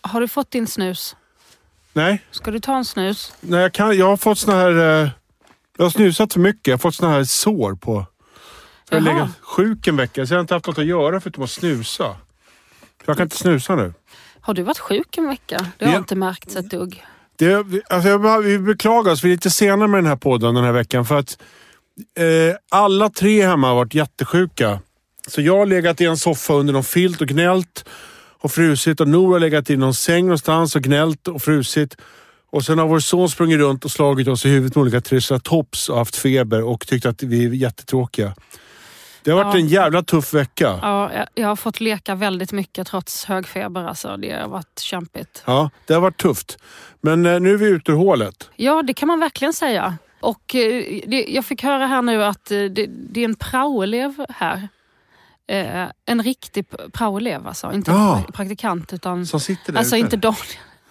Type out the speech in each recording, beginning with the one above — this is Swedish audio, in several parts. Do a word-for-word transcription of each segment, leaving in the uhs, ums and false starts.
Har du fått din snus? Nej. Ska du ta en snus? Nej, jag, kan, jag har fått såna här... Eh, jag har snusat för mycket. Jag har fått såna här sår på... Så jag har legat sjuk en vecka. Så jag har inte haft något att göra förutom att snusa. Jag kan inte snusa nu. Har du varit sjuk en vecka? Det har jag inte märkt ett dugg. Det, alltså jag, vi beklagar oss. Vi är lite senare med den här podden den här veckan. För att eh, alla tre hemma har varit jättesjuka. Så jag har legat i en soffa under någon filt och gnällt. Och frusit. Och Nora har legat i någon säng någonstans och gnällt och frusit. Och sen har vår son sprungit runt och slagit oss i huvudet med olika triceratops och haft feber. Och tyckt att vi är jättetråkiga. Det har varit ja. en jävla tuff vecka. Ja, jag har fått leka väldigt mycket trots hög feber. Alltså. Det har varit kämpigt. Ja, det har varit tufft. Men eh, nu är vi ute ur hålet. Ja, det kan man verkligen säga. Och eh, det, jag fick höra här nu att eh, det, det är en praoelev här. Eh, en riktig praoelev alltså. Inte ja. praktikant utan... Som sitter där Alltså ute. inte Daniel.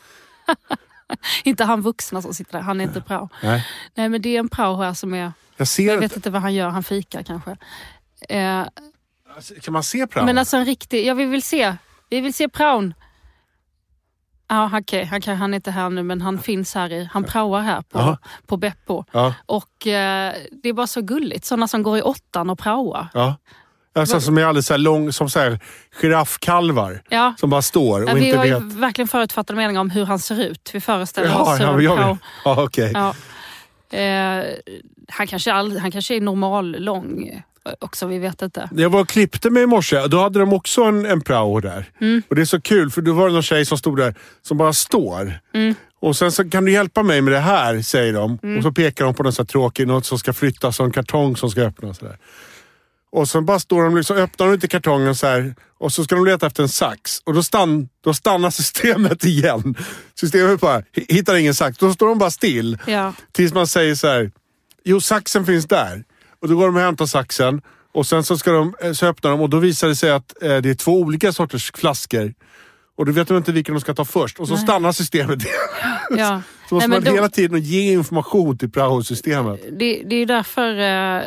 Inte han vuxna som sitter där. Han är inte prao. Nej. Nej, men det är en prao här som är... Jag ser jag inte. vet inte vad han gör. Han fikar kanske. Eh, kan man se praon? Men alltså en riktig... Ja, vi vill se. Vi vill se praon. Ja, okej. Okay. Han, kan, han är inte här nu, men han finns här i... Han praoar här på, på Beppo. Ja. Och eh, det är bara så gulligt. Sådana som går i åttan och praoar. Ja. Alltså, som är alldeles så här lång, som så här giraffkalvar. Ja. Som bara står och ja, inte vet... Vi har ju verkligen förutfattade meningar om hur han ser ut. Vi föreställer ja, oss hur ja, en ja, prao... Ja, okej. Okay. Ja. Eh, han, kanske all, han kanske är normal lång också, vi vet inte. Jag var och klippte mig i morse. Då hade de också en, en prao där. Mm. Och det är så kul, för då var det någon tjej som stod där som bara står. Mm. Och sen så kan du hjälpa mig med det här, säger de. Mm. Och så pekar de på något så tråkigt, något som ska flyttas och en kartong som ska öppnas. Så där. Och sen bara står de liksom, öppnar de inte kartongen så här. Och så ska de leta efter en sax. Och då, stann, då stannar systemet igen. Systemet bara hittar ingen sax. Då står de bara still. Ja. Tills man säger så här: jo, saxen finns där. Och då går de och hämtar saxen. Och sen så, ska de, så öppnar de. Och då visar det sig att eh, det är två olika sorters flaskor. Och då vet de inte vilken de ska ta först. Och så Nej. stannar systemet igen. Ja. Så måste Nej, man då, hela tiden ge information till prao-systemet. Det, det är därför eh,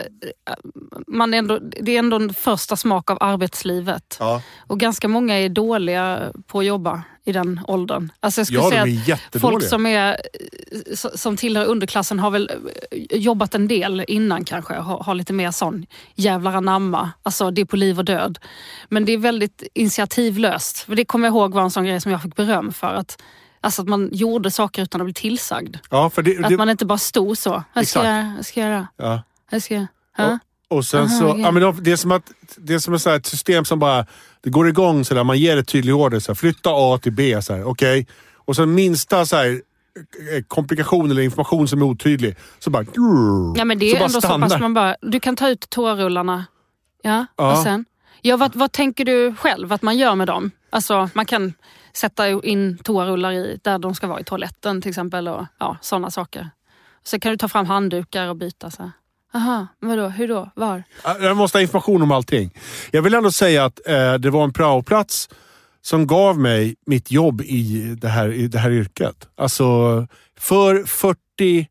man ändå, det är ändå en första smak av arbetslivet. Ja. Och ganska många är dåliga på att jobba i den åldern. Alltså jag skulle ja, säga de är att folk som, är, som tillhör underklassen har väl jobbat en del innan kanske. Har, har lite mer sån jävlar anamma. Alltså det är på liv och död. Men det är väldigt initiativlöst. För det kommer jag ihåg var en sån grej som jag fick beröm för. Att Alltså att man gjorde saker utan att bli tillsagd. Ja, för det, att det, man inte bara stod så. Jag ska göra, jag ska göra. Ja. Jag ska, ja. Och, och sen Aha, så, okay. ja, men det är som att det är som så här ett system som bara, det går igång så där, man ger ett tydlig order så här, flytta A till B så här, okej. Okay. Och sen minsta så här komplikation eller information som är otydlig så bara ja, men det är så ändå så pass man bara, du kan ta ut tårrullarna. Ja, ja. Och sen ja, vad, vad tänker du själv att man gör med dem? Alltså man kan sätta in toarullar i där de ska vara i toaletten till exempel och ja, sådana saker. Så kan du ta fram handdukar och byta så här. Aha, vadå? Hur då? Var? Jag måste ha information om allting. Jag vill ändå säga att eh, det var en praoplats som gav mig mitt jobb i det här, i det här yrket. Alltså för fyrtioett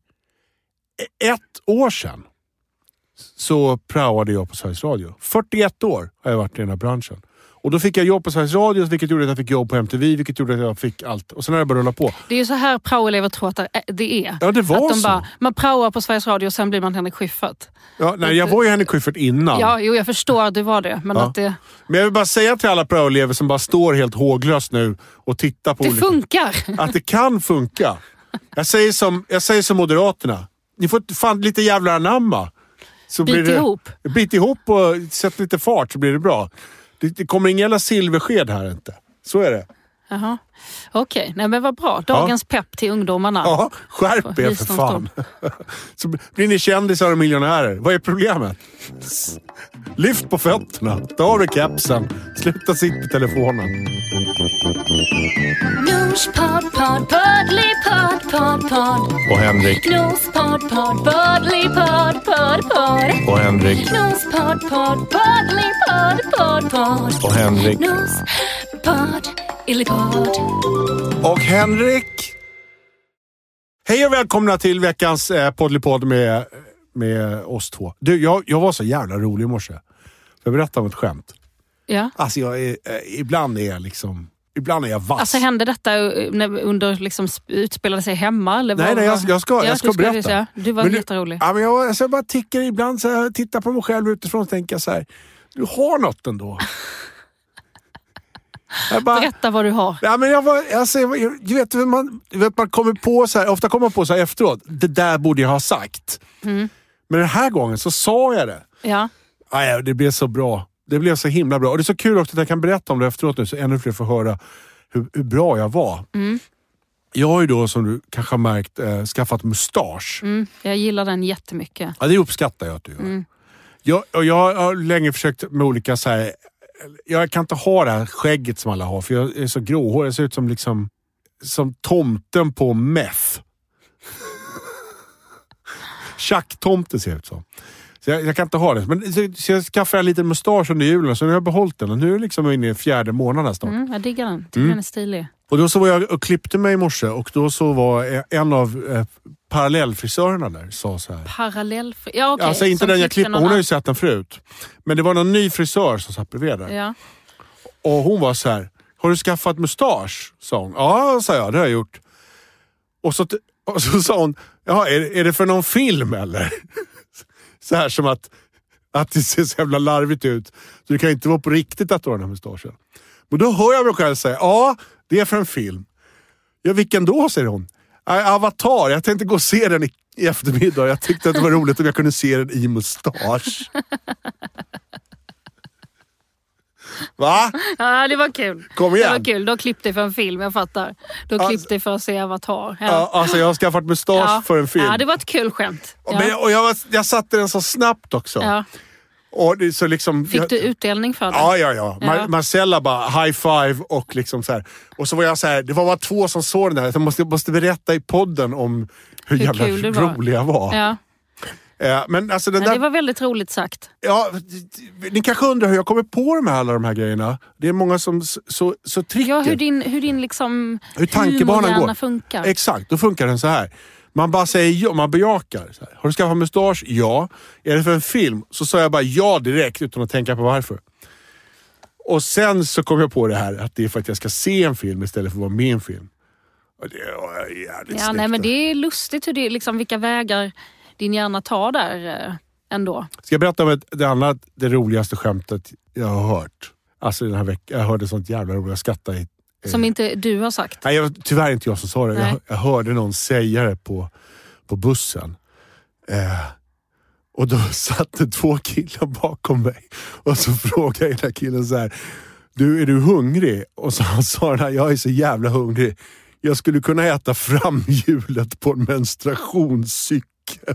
år sedan så praoade jag på Sveriges Radio. fyrtioett år har jag varit i den här branschen. Och då fick jag jobb på Sveriges Radio, vilket gjorde att jag fick jobb på M T V, vilket gjorde att jag fick allt. Och sen har jag börjat rulla på. Det är ju så här praoelever tror att det är. Ja, det var att de så. Bara, man praoar på Sveriges Radio och sen blir man Henrik Schyffert. Ja, nej, jag var ju Henrik Schyffert innan. Ja, jo, jag förstår att du var det. Men, ja. att det... men jag vill bara säga till alla praoelever som bara står helt håglöst nu och tittar på det olika... funkar! Att det kan funka. Jag säger som, jag säger som Moderaterna. Ni får fan lite jävla anamma. Så bit blir det, ihop. Bit ihop och sätt lite fart så blir det bra. Det, det kommer ingen jävla silversked här inte. Så är det. Jaha. Okej, okay. Nej men vad bra. Dagens ja. pepp till ungdomarna. Ja, skärp er för fan. Så blir ni kändisar och miljonärer. Vad är problemet? Lyft på fötterna. Ta av dig kepsen. Sluta sitta på telefonen. Nors pod, pod, podly, pod, pod, pod. Och Henrik. Nors pod, pod, podly, pod, pod, pod. Och Henrik. Nors pod, pod, podly, pod, pod, pod. Och Henrik. Nors pod, illipod. Och Henrik. Hej och välkomna till veckans eh, poddlypodd med, med oss två. Du, jag, jag var så jävla rolig i morse. Jag berättade om ett skämt. Ja. Alltså jag är, eh, ibland är jag liksom ibland är jag vass. Alltså hände detta när, under liksom utspelade sig hemma? Eller nej, var, nej, jag, jag ska, ja, jag ska du ska berätta. Säga. Du var men jätterolig. Ja, men jag, alltså, jag bara tickar ibland så här, tittar på mig själv utifrån och tänker så här, du har något ändå. Jag bara, berätta vad du har. Ja, men jag var, alltså, jag, du vet, man, du vet, man kommer på så här, ofta kommer man på så här efteråt, det där borde jag ha sagt. Mm. Men den här gången så sa jag det. Ja. Aj, det blev så bra. Det blev så himla bra. Och det är så kul också att jag kan berätta om det efteråt nu så ännu fler får höra hur, hur bra jag var. Mm. Jag har ju då, som du kanske har märkt, äh, skaffat mustasch. Mm. Jag gillar den jättemycket. Ja, det uppskattar jag att du gör. Mm. Jag, och jag har länge försökt med olika så här, jag kan inte ha det här skägget som alla har för jag är så gråhårig. Jag ser ut som liksom som tomten på meth. Tjacktomten ser ut som. Så jag, jag kan inte ha det. Men så, så jag skaffade en liten mustasch under julen så nu har jag behållit den. Och nu är jag liksom inne i fjärde månaden snart. Mm, jag diggar den. Tycker Mm. den är stilig. Och då så var jag och klippte mig i morse och då så var en av eh, parallellfrisörerna där sa så här. Parallell... Ja, okej. Alltså inte Som den jag klippte klippte, någon hon har ju annan. sett den förut. Men det var någon ny frisör som satt bredvid där. Ja. Och hon var så här, har du skaffat mustasch? Sa hon. Ja, sa jag, det har jag gjort. Och så, och så sa hon, ja, är, är det för någon film eller? Så här som att, att det ser så jävla larvigt ut. Så det kan inte vara på riktigt att du har den här mustaschen. Men då hör jag mig själv säga, ja, det är för en film. Ja, vilken då, säger hon. Avatar, jag tänkte gå och se den i, i eftermiddag. Jag tyckte att det var roligt om jag kunde se den i mustasch. Va? Ja, det var kul. Kom igen. Det var kul. De klippte för en film, jag fattar. De Alltså- klippte för att se Avatar. Ja. Ja, alltså jag har skaffat mustasch Ja. för en film. Ja, det var ett kul skämt. Ja. Men, och jag, var, jag satte den så snabbt också. Ja. Och det, så liksom, Fick jag, du utdelning för det? Ja, ja, ja. Mar- Ja. Marcella bara high five och liksom så här. Och så var jag så här, det var bara två som såg den där. Jag måste, måste berätta i podden om hur, Hur jävla kul du var. rolig jag var. Ja. Eh, men alltså den Ja, där, det var väldigt roligt sagt. ja, ni kanske undrar hur jag kommer på de här, alla de här grejerna. Det är många som så, så, så tricker. Ja, hur din, hur din liksom Hur tankebanan humorhjärna går. funkar. Exakt, då funkar den så här. Man bara säger ja, man bejakar. Så här. Har du skaffat mustasch? Ja. Är det för en film? Så sa jag bara ja direkt utan att tänka på varför. Och sen så kom jag på det här att det är för att jag ska se en film istället för att vara med i en film. Och det var jävligt Ja, snyggt. nej, men det är lustigt hur det, liksom, vilka vägar din hjärna tar där eh, ändå. Ska jag berätta om ett, det andra, det roligaste skämtet jag har hört? Alltså den här veckan, jag hörde sånt jävla roligt, jag skrattade i. Som inte du har sagt. Nej, jag, tyvärr inte jag som sa det. Nej. Jag, jag hörde någon säga det på, på bussen. Eh, och då satt det två killar bakom mig. Och så frågade jag den här killen så här. Du, är du hungrig? Och så han sa den här, jag är så jävla hungrig. Jag skulle kunna äta framhjulet på en menstruationscykel.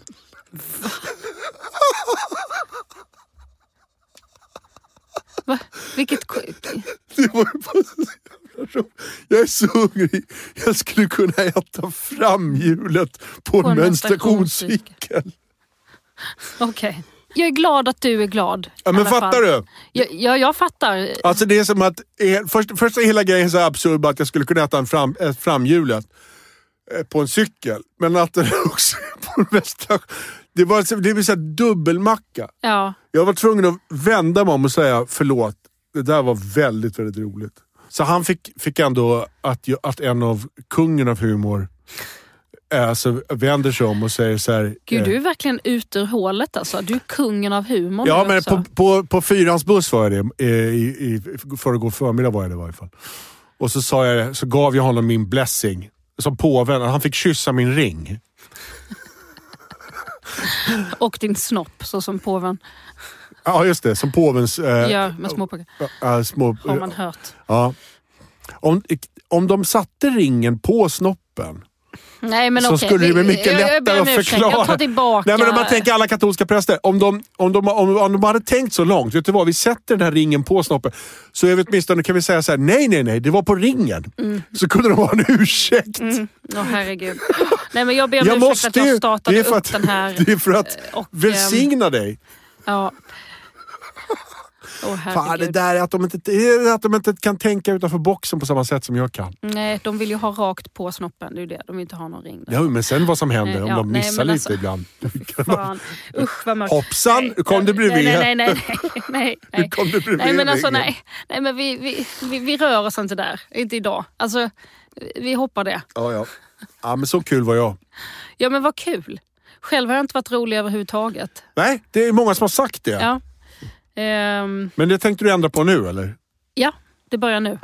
Va? Vilket... Det var ju bara så jävla roligt. Jag är så hungrig. Jag skulle kunna äta framhjulet på, På en en menstruationscykel. Okej. Jag är glad att du är glad. Ja, i men alla fattar fall. du? Ja, ja, jag fattar. Alltså det är som att, eh, först, först är hela grejen så absurd att jag skulle kunna äta en fram, ett framhjulet eh, på en cykel. Men att det också på en menstruation. Det var det vill säga dubbelmacka. Ja. Jag var tvungen att vända mig om och säga förlåt. Det där var väldigt, väldigt roligt. Så han fick, fick ändå att, att en av kungen av humor äh, så vänder sig om och säger så här. Gud, eh, du är verkligen ut ur hålet alltså. Du är kungen av humor. Ja, nu men också. på, på, på fyrans buss var jag det. I, i, i förrgår förmiddag var jag det i varje fall. Och så, sa jag, så gav jag honom min blessing. Som påvän. Han fick kyssa min ring. Och din snopp, så som påven Ja, just det. Som påvens... Eh, gör med småpojkar. äh, små, Har man hört. Ja. Om, om de satte ringen på snoppen Nej, men så okej. skulle det bli Vi- mycket jag- jag lättare ber om att ursäkt. förklara. Jag tar tillbaka. Nej, men om man tänker alla katolska präster. Om de, om, de, om, om de hade tänkt så långt, vet du vad, vi sätter den här ringen på snoppen. Så är vi åtminstone kan vi säga så här: nej, nej, nej, det var på ringen. Mm. Så kunde de ha en ursäkt. Mm. Åh, herregud. Nej, men jag ber om Jag ursäkt måste att jag ju, startade det är för upp att, den här. det är för att och, välsigna dig. Ja. Åh, Fan, det där är att de, inte, det är att de inte kan tänka utanför boxen på samma sätt som jag kan. Nej, de vill ju ha rakt på snoppen. Det är ju det. De vill inte ha någon ring där. Ja, men sen vad som händer Nej, om ja, de missar nej, lite alltså, ibland. Fan. Usch, vad mörkt. Hoppsan, nej, kom du bredvid? Nej, nej, nej. nej, nej, nej. Kom du bredvid? Nej, men alltså nej. Nej, men vi, vi, vi, vi rör oss inte där. Inte idag. Alltså, vi hoppar det. Ja, ja. Ja, men så kul var jag. Ja, men vad kul. Själv har jag inte varit rolig överhuvudtaget. Nej, det är många som har sagt det. Ja. Ehm, Men det tänkte du ändra på nu, eller? ja, det börjar nu.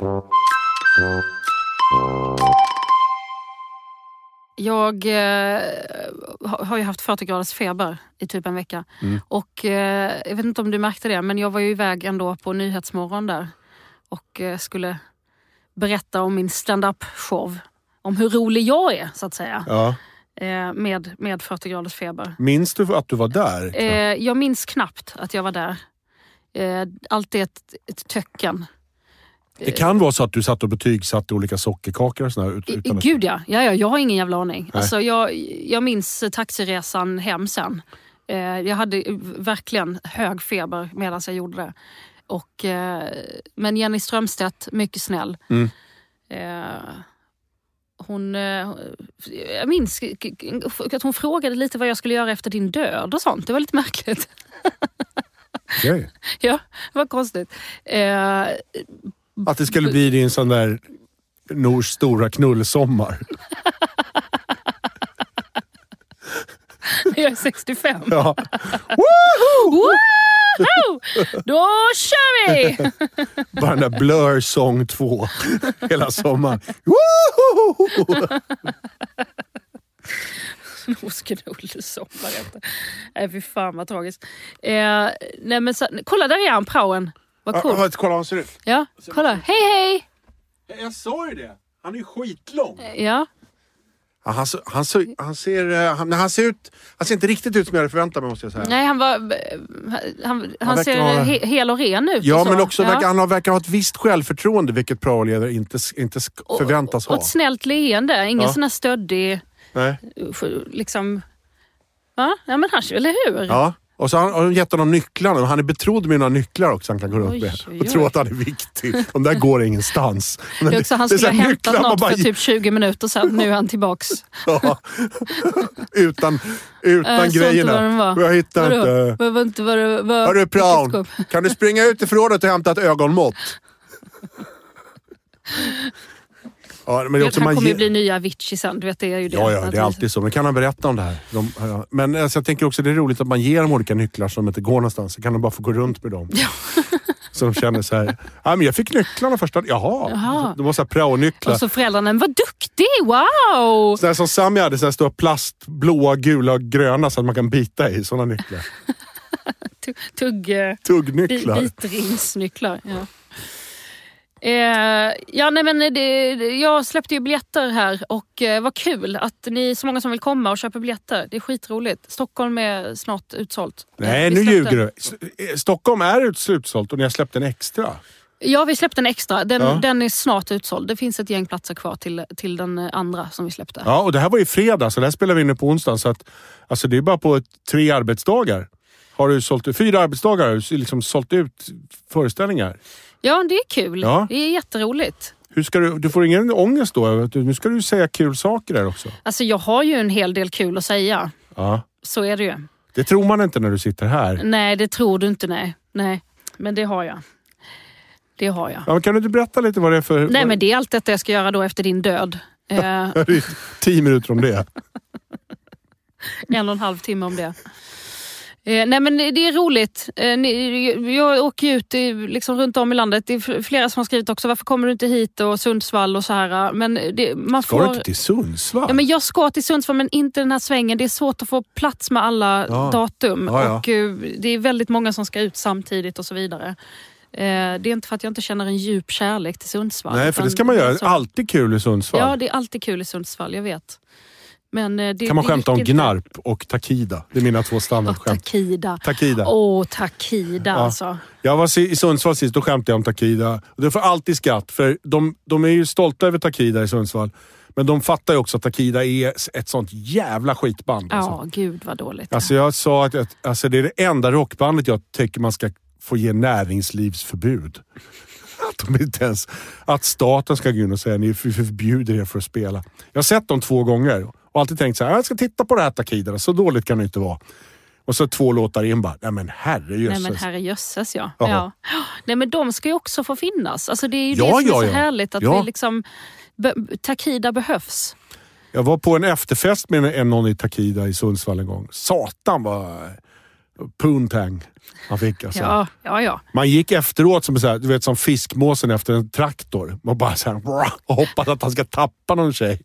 Jag eh, har ju haft fyrtio graders feber i typ en vecka. Mm. Och eh, jag vet inte om du märkte det, men jag var ju iväg ändå på Nyhetsmorgon där. Och eh, skulle berätta om min stand-up show. Om hur rolig jag är, så att säga. Ja. Eh, med, med fyrtio graders feber. Minns du att du var där? Eh, jag minns knappt att jag var där. Eh, allt är ett, ett töcken. Det kan vara så att du satt och betygsatte olika sockerkakor och sådär. Ut, I, utan att... Gud ja. ja, ja, jag har ingen jävla aning. Alltså, jag, jag minns taxiresan hem sen. Eh, jag hade verkligen hög feber medan jag gjorde det. Och, eh, men Jenny Strömstedt, mycket snäll. Mm. Eh, hon, eh, jag minns att hon frågade lite vad jag skulle göra efter din död och sånt. Det var lite märkligt. Okay. Ja, det var konstigt. Eh, Att det skulle bli din sån där Nors stora knullsommar. Jag är sextiofem. Ja. Woho! Woho! Då kör vi! Bara den där Blur Song två hela sommaren. Woho! Nosknullsommar. Nej, fy fan vad tragiskt. Eh, nej, men så, kolla, där är han, praoen. Vad cool. Ja, kolla hur han ser ut. Ja, kolla. Hej, hej! Jag sa ju det. Han är ju skitlång. Ja. Ja, han, han, han, han, ser, han, han ser ut... Han ser inte riktigt ut som jag hade förväntat mig, måste jag säga. Nej, han var... Han, han, han ser ha, he, hel och ren ut. Ja, och så. men också ja. verkar, han verkar ha ett visst självförtroende, vilket praoledare inte, inte förväntas och, och ha. ett snällt leende. Ingen ja. sån här stöddig... Nej. Liksom... Ja, ja men han, eller hur? Ja. Och så har han gett honom nycklarna. Han är betrodd med några nycklar också han kan gå runt oj, med. oj, Och tro att han är viktig. De där går ingenstans. Men det är också, han skulle ha hämtat något bara... för typ tjugo minuter sedan. Nu är han tillbaks. Ja. Utan, utan äh, grejerna. Jag hittar vadå? inte... Var, var inte var det, var... Hörru Praun, kan du springa ut i förrådet och hämta ett ögonmått? Ja, men det är också han man kommer ge... ju bli nya Avicii sen, du vet det är ju det. Ja, ja, det är alltid så. Men kan han berätta om det här? De, ja. Men alltså, jag tänker också det är roligt att man ger dem olika nycklar som inte går någonstans. Så kan de bara få gå runt med dem. Ja. Så de känner så här, ja men jag fick nycklarna första, jaha. jaha. De var så här prao-nycklar. Och så föräldrarna, vad duktig, wow! Så här som Sami hade, så här stora plast, blåa, gula och gröna så att man kan bita i sådana nycklar. Tugg... Tuggnycklar. Bitringsnycklar, ja. Eh, ja, nej men det, jag släppte ju biljetter här och eh, vad kul att ni så många som vill komma och köpa biljetter. Det är skitroligt. Stockholm är snart utsålt. Nej, nu ljuger du. Stockholm är utsålt och ni har släppt en extra. Ja, vi släppte en extra. Den, ja. den är snart utsåld. Det finns ett gäng platser kvar till, till den andra som vi släppte. Ja, och det här var ju fredag så det här spelar vi in på onsdag. Så att, alltså det är bara på tre arbetsdagar. Har du sålt ut, fyra arbetsdagar har du liksom sålt ut föreställningar. Ja, det är kul. Ja. Det är jätteroligt. Hur ska du, du får ingen ångest då? Nu ska du säga kul saker där också. Alltså jag har ju en hel del kul att säga. Ja. Så är det ju. Det tror man inte när du sitter här. Nej, det tror du inte, nej. Nej, men det har jag. Det har jag. Ja, men kan du inte berätta lite vad det är för... Nej, men det är allt detta jag ska göra då efter din död. Eh... Tio minuter om det. En och en halv timme om det. Eh, nej men det är roligt. Eh, ni, jag åker ut i, liksom runt om i landet. Det är flera som har skrivit också, varför kommer du inte hit och Sundsvall och så här. Men det, man ska får... du inte till Sundsvall? Ja, men jag ska till Sundsvall men inte den här svängen. Det är svårt att få plats med alla ja. datum. Ja, ja. Och uh, det är väldigt många som ska ut samtidigt och så vidare. Uh, det är inte för att jag inte känner en djup kärlek till Sundsvall. Nej, för det ska man göra. Så... Alltid kul i Sundsvall. Ja, det är alltid kul i Sundsvall, jag vet. Men det, kan man det skämta om inte... Gnarp och Takida? Det är mina två standardskämt. Oh, Takida. Takida. Åh, oh, Takida ja. Alltså. Jag var i Sundsvall sist, då skämtade jag om Takida. Och det får alltid skratt, för de, de är ju stolta över Takida i Sundsvall. Men de fattar ju också att Takida är ett sånt jävla skitband. Ja, alltså. gud vad dåligt. Alltså jag sa att, att alltså det är det enda rockbandet jag tycker man ska får ge näringslivsförbud. Att, de inte ens, att staten ska gå in och säga ni förbjuder er för att spela. Jag har sett dem två gånger och alltid tänkt så här, jag ska titta på det här Takida, så dåligt kan det inte vara. Och så två låtar in bara, nej men herrejösses. Nej men herrejösses, ja. Jaha. ja. Nej men de ska ju också få finnas. Alltså det är ju Ja, det som ja, är så ja. härligt att Ja. vi liksom, be, Takida behövs. Jag var på en efterfest med en någon i Takida i Sundsvall en gång. Satan vad puntang han fick alltså. Ja, ja, ja. Man gick efteråt som, så här, du vet, som fiskmåsen efter en traktor. Man bara så här, och hoppas att han ska tappa någon tjej.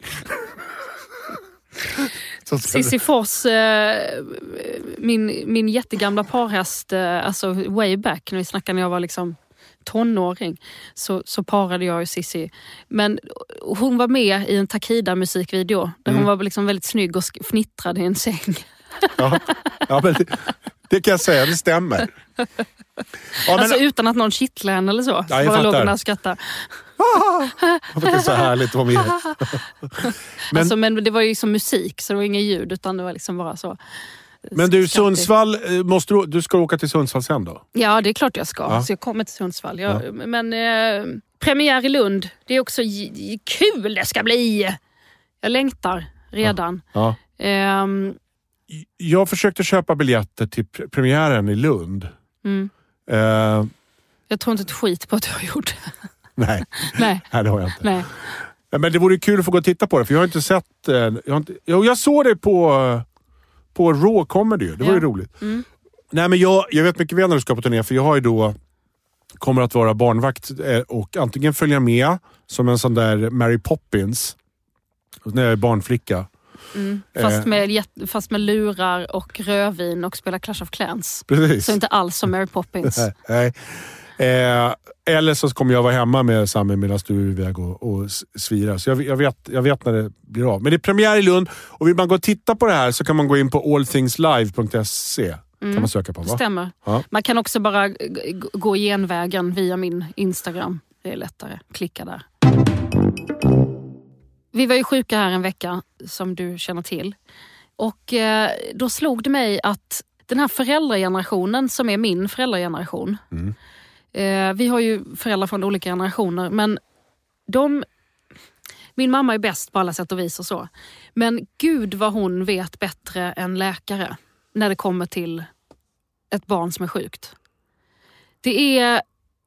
Cissi Fors, eh, min, min jättegamla parhäst, eh, alltså way back, när vi snackade när jag var liksom tonåring, så, så parade jag och Cissi. Men hon var med i en Takida musikvideo där Mm. hon var liksom väldigt snygg och sk- fnittrade i en säng. Ja, ja men det, det kan jag säga, det stämmer. Ja, men, Alltså utan att någon kittlar henne eller så. Ja, Så jag bara låg fattar. hon där och skrattade. det är så härligt att vara med. Men, alltså, men det var ju som musik, så det var inget ljud, utan det var liksom bara så. Men du, skrattigt. Sundsvall, måste du, du ska åka till Sundsvall sen då? Ja, det är klart jag ska. Ja. Så jag kommer till Sundsvall. Jag, Men eh, premiär i Lund, det är också j- j- kul det ska bli. Jag längtar redan. Ja. Ehm, Jag försökte köpa biljetter till pre- premiären i Lund. mm. Eh, Jag tror inte ett skit på att du har gjort det. nej. Nej, nej, det har jag inte. nej. Men det vore kul att få gå och titta på det, för jag har inte sett... eh, Jag, har inte, jo, jag såg det på, på Raw Comedy, det var Ja. ju roligt. Mm. Nej, men jag, jag vet mycket väl när du ska på turné, för jag har ju då... Kommer att vara barnvakt eh, och antingen följa med som en sån där Mary Poppins när jag är barnflicka. Mm. Fast, Eh. med, jätte- fast med lurar och rödvin och spela Clash of Clans. Precis. Så inte alls som Mary Poppins. Nej, nej. Eh, eller så kommer jag vara hemma med Sami medan du är iväg och, och s- svirar. Så jag, jag, vet, jag vet när det blir av. Men det är premiär i Lund och vill man gå och titta på det här så kan man gå in på allthingslive punkt se. Kan man söka på, va? Stämmer. Ja. Man kan också bara g- g- gå genvägen via min Instagram. Det är lättare. Klicka där. Vi var ju sjuka här en vecka, som du känner till. Och eh, då slog det mig att den här föräldragenerationen som är min föräldrageneration. Mm. Eh, vi har ju föräldrar från olika generationer, men de... Min mamma är bäst på alla sätt och vis och så. Men gud vad hon vet bättre än läkare när det kommer till ett barn som är sjukt. Det är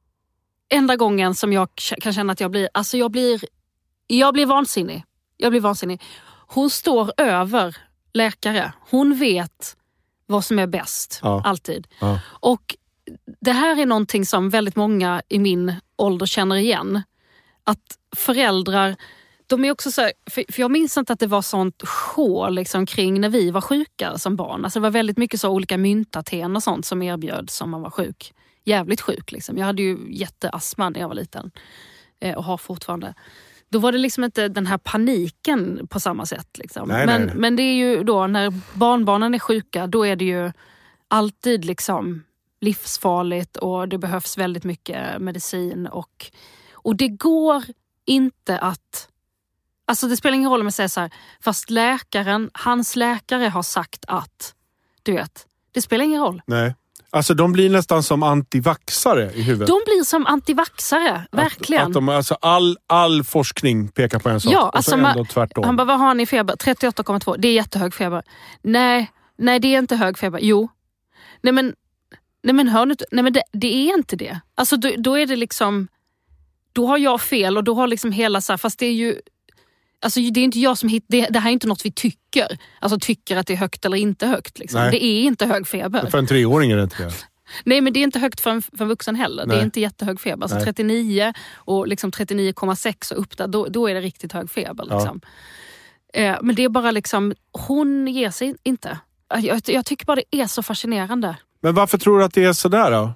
enda gången som jag k- kan känna att jag blir... Alltså jag blir... Jag blir vansinnig. Jag blir vansinnig. Hon står över läkare. Hon vet vad som är bäst. Ja. Alltid. Ja. Och det här är någonting som väldigt många i min ålder känner igen. Att föräldrar... De är också så här, för, för jag minns inte att det var sånt sjå liksom kring när vi var sjuka som barn. Alltså det var väldigt mycket så olika myntaten och sånt som erbjöds som man var sjuk. Jävligt sjuk liksom. Jag hade ju jätteastma när jag var liten. Eh, och har fortfarande. Då var det liksom inte den här paniken på samma sätt. Liksom. Nej, men, nej, nej. men det är ju då när barnbarnen är sjuka, då är det ju alltid liksom livsfarligt och det behövs väldigt mycket medicin. Och, och det går inte att... Alltså det spelar ingen roll om jag säger så här, fast läkaren, hans läkare har sagt att, du vet, det spelar ingen roll. Nej. Alltså de blir nästan som antivaxare i huvudet. De blir som antivaxare, verkligen. Att, att de, alltså all, all forskning pekar på en sak. Ja, och alltså så man- ändå tvärtom. Han bara, vad har ni i feber? trettioåtta komma två, det är jättehög feber. Nej, nej det är inte hög feber. Jo. Nej men, nej men hör nu, nej men det, det är inte det. Alltså då, då är det liksom, då har jag fel och då har liksom hela så här, fast det är ju, alltså det är inte jag som hittar, det, det här är inte något vi tycker. Alltså tycker att det är högt eller inte högt liksom. Nej. Det är inte hög feber. För en treåring är det inte det. Nej men det är inte högt för en, för en vuxen heller. Det Nej. är inte jättehög feber. Alltså Nej. trettionio och liksom trettionio komma sex och upp där, då, då är det riktigt hög feber. Liksom. Eh, men det är bara liksom, hon ger sig inte. Jag, jag tycker bara det är så fascinerande. Men varför tror du att det är sådär då?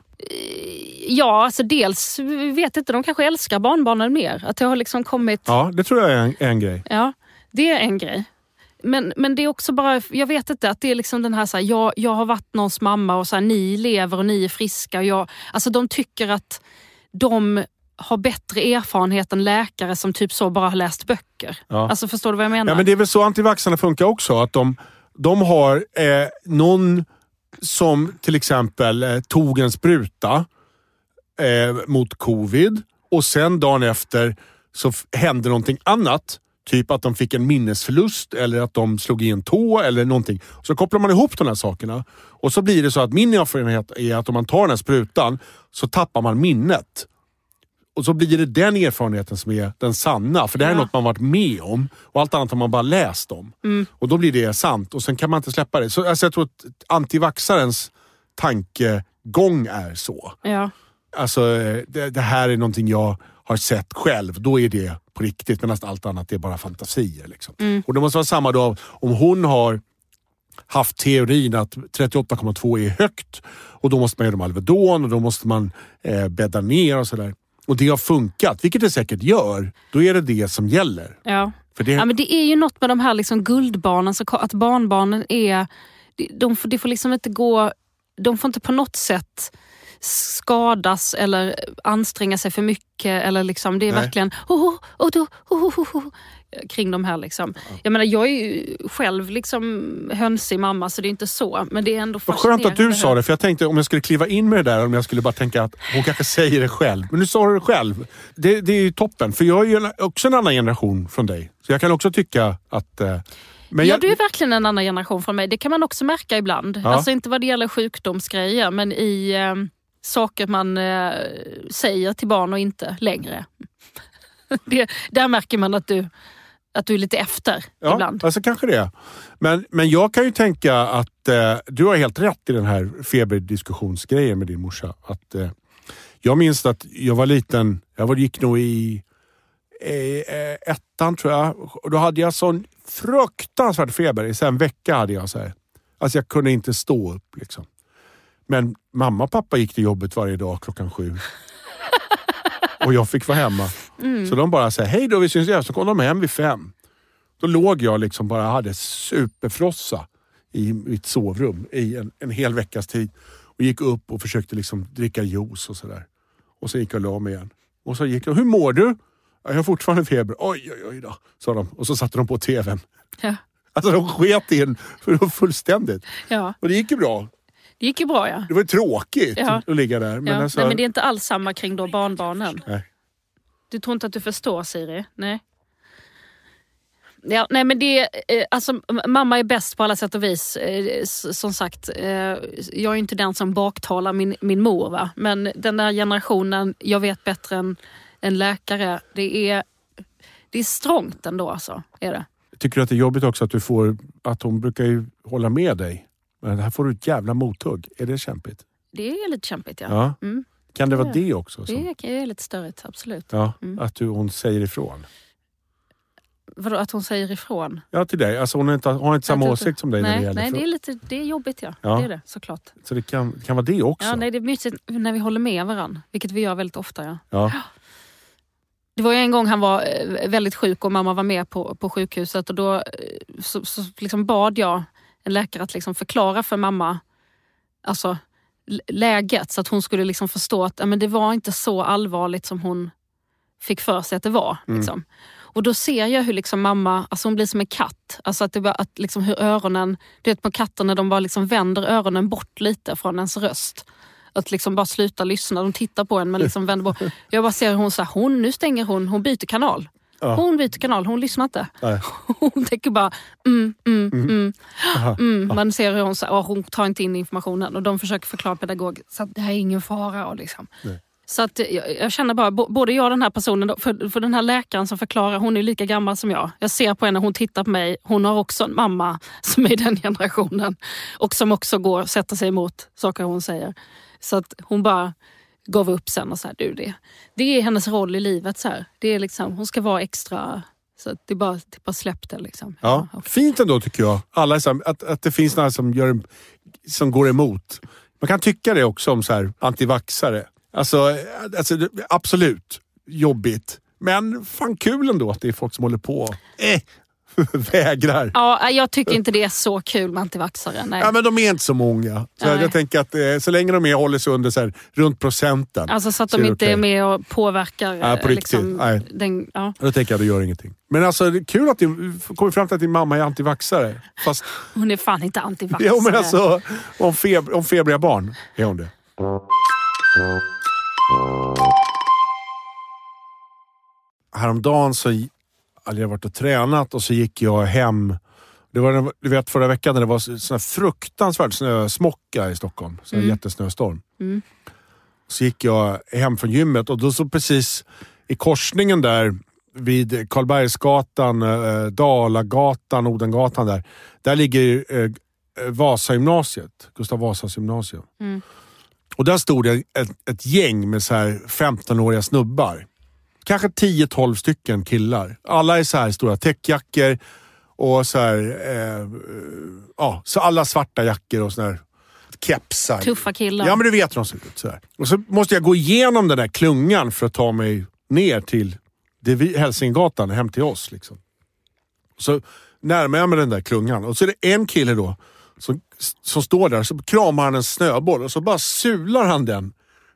Ja, alltså dels, vi vet inte, de kanske älskar barnbarnen mer. Att det har liksom kommit... Ja, det tror jag är en, en grej. Ja, det är en grej. Men, men det är också bara, jag vet inte, att det är liksom den här, så här jag, jag har varit någons mamma och så här, ni lever och ni är friska. Och jag, alltså de tycker att de har bättre erfarenhet än läkare som typ så bara har läst böcker. Ja. Alltså förstår du vad jag menar? Ja, men det är väl så antivaxarna funkar också. Att de, de har eh, någon som till exempel eh, tog en spruta eh, mot covid och sen dagen efter så f- hände någonting annat. Typ att de fick en minnesförlust eller att de slog i en tå eller någonting. Så kopplar man ihop de här sakerna. Och så blir det så att min erfarenhet är att om man tar den här sprutan så tappar man minnet. Och så blir det den erfarenheten som är den sanna. För det här Ja. är något man varit med om. Och allt annat har man bara läst om. Mm. Och då blir det sant. Och sen kan man inte släppa det. Så alltså, jag tror att antivaxarens tankegång är så. Ja. Alltså det, det här är någonting jag har sett själv. Då är det på riktigt. Men allt annat är bara fantasier. Liksom. Mm. Och det måste vara samma då om hon har haft teorin att trettioåtta komma två är högt. Och då måste man göra Alvedon och då måste man eh, bädda ner och sådär. Och det har funkat, vilket det säkert gör. Då är det det som gäller. Ja. För det... Ja, men det är ju något med de här liksom guldbarnen, så att barnbarnen är, de får, det får liksom inte gå, de får inte på något sätt skadas eller anstränga sig för mycket eller liksom, det är Nej. verkligen oh, oh, oh, oh, oh, oh, oh, kring de här liksom. Ja. Jag menar, jag är ju själv liksom hönsig mamma, så det är inte så, men det är ändå Vad fascinerande. skönt att du sa det, för jag tänkte om jag skulle kliva in med det där, om jag skulle bara tänka att hon kanske säger det själv. Men nu sa du det själv. Det, det är ju toppen, för jag är ju också en annan generation från dig. Så jag kan också tycka att... Eh, men ja, jag... du är verkligen en annan generation från mig. Det kan man också märka ibland. Ja. Alltså inte vad det gäller sjukdomsgrejer, men i eh, saker man eh, säger till barn och inte längre. det, där märker man att du, att du är lite efter ja, ibland. Alltså kanske det. Men, men jag kan ju tänka att eh, du har helt rätt i den här feberdiskussionsgrejen med din morsa. Att, eh, jag minns att jag var liten, jag var, gick nog i eh, ettan tror jag. Och då hade jag sån fruktansvärd feber. I en vecka hade jag så här. Alltså jag kunde inte stå upp liksom. Men mamma och pappa gick till jobbet varje dag klockan sju. Och jag fick vara hemma. Mm. Så de bara säger hej då, vi syns igen. Så kom de hem vid fem. Då låg jag liksom bara, hade superfrossa i mitt sovrum i en, en hel veckas tid. Och gick upp och försökte liksom dricka juice och sådär. Och så gick jag och la mig igen. Och så gick jag, hur mår du? Jag har fortfarande feber. Oj, oj, oj då, sa de. Och så satte de på tvn. Ja. Alltså de sket in för fullständigt. Ja. Och det gick ju bra. Det gick ju bra, ja. Det var tråkigt ja. att ligga där. Men, ja. alltså... Nej, men det är inte alls samma kring då barnbarnen. Nej. Du tror inte att du förstår, Siri? Nej. Ja, nej men det, alltså mamma är bäst på alla sätt och vis, som sagt. Jag är inte den som baktalar min, min mor, va? Men den där generationen, jag vet bättre än en läkare. Det är, det är strångt ändå, alltså, är det. Tycker du att det är jobbigt också att du får, att hon brukar ju hålla med dig? Men här får du ett jävla mothugg. Är det kämpigt? Det är lite kämpigt, ja. ja. Mm. Kan det vara det också? Det är, det är lite störigt, absolut. Ja, mm. att du, hon säger ifrån. Vadå, att hon säger ifrån? Ja, till dig. Alltså hon har inte, hon har inte samma jag åsikt som dig nej, när det gäller. Nej, det är, lite, det är jobbigt, ja. ja. Det är det, såklart. Så det kan, kan vara det också? Ja, nej, det är mysigt när vi håller med varandra. Vilket vi gör väldigt ofta, ja. Ja. Det var ju en gång han var väldigt sjuk och mamma var med på, på sjukhuset. Och då så, så liksom bad jag en läkare att liksom förklara för mamma alltså, läget. Så att hon skulle liksom förstå att ja, men det var inte så allvarligt som hon fick för sig att det var. Mm. Liksom. Och då ser jag hur liksom mamma, alltså hon blir som en katt. Alltså att det var att liksom hur öronen, du vet på katterna, de bara liksom vänder öronen bort lite från ens röst. Att liksom bara sluta lyssna, de tittar på en men liksom vänder bort. Jag bara ser hur hon så här, hon, nu stänger hon, hon byter kanal. Ja. Hon byter kanal, hon lyssnar inte. Nej. Hon tänker bara mm, mm, mm. mm. mm. Man ser hur hon så här, hon tar inte in informationen och de försöker förklara pedagogiskt. Så att det här är ingen fara. Och liksom. Så att jag, jag känner bara, både jag och den här personen, för, för den här läkaren som förklarar, hon är lika gammal som jag. Jag ser på henne, hon tittar på mig, hon har också en mamma som är den generationen. Och som också går och sätter sig emot saker hon säger. Så att hon bara gav upp sen och så här, du det. Det är hennes roll i livet så här. Det är liksom, hon ska vara extra, så att det bara, det bara släppte liksom. Ja, ja, fint ändå tycker jag. Alla är så här, att, att det finns några som, gör, som går emot. Man kan tycka det också om så här antivaxare. Alltså, alltså absolut jobbigt. Men fan kul ändå att det är folk som håller på. Eh, vägrar. Ja, jag tycker inte det är så kul med antivaxare. Nej. Ja, men de är inte så många. Så jag tänker att eh, så länge de är håller sig under så här, runt procenten. Alltså så att så de är inte okay. är med och påverkar. Ja, på riktigt. Liksom, Nej. den, ja. Då tänker jag att det gör ingenting. Men alltså det är kul att du kommer fram till att din mamma är antivaxare. Fast... Hon är fan inte antivaxare. Jo, men alltså om, feb- om febriga barn är hon det. Häromdagen så hade jag varit och tränat och så gick jag hem. Det var, du vet, förra veckan när det var sån här fruktansvärd snösmocka i Stockholm. Så mm. jättesnöstorm. Mm. Så gick jag hem från gymmet och då så precis i korsningen där vid Karlbergsgatan, eh, Dalagatan, Odengatan där. Där ligger eh, Vasagymnasiet, Gustav Vasas gymnasium. Mm. Och där stod det ett, ett gäng med så här femtonåriga snubbar. Kanske tio tolv stycken killar. Alla är så här stora täckjackor och så här eh, ja, så alla svarta jackor och sån här kepsar. Tuffa killar. Ja, men du vet hur de ser ut så här. Och så måste jag gå igenom den där klungan för att ta mig ner till det vi, Hälsingegatan, hem till oss liksom. Så närmar jag mig den där klungan och så är det en kille då som, som står där, så kramar han en snöboll och så bara sular han den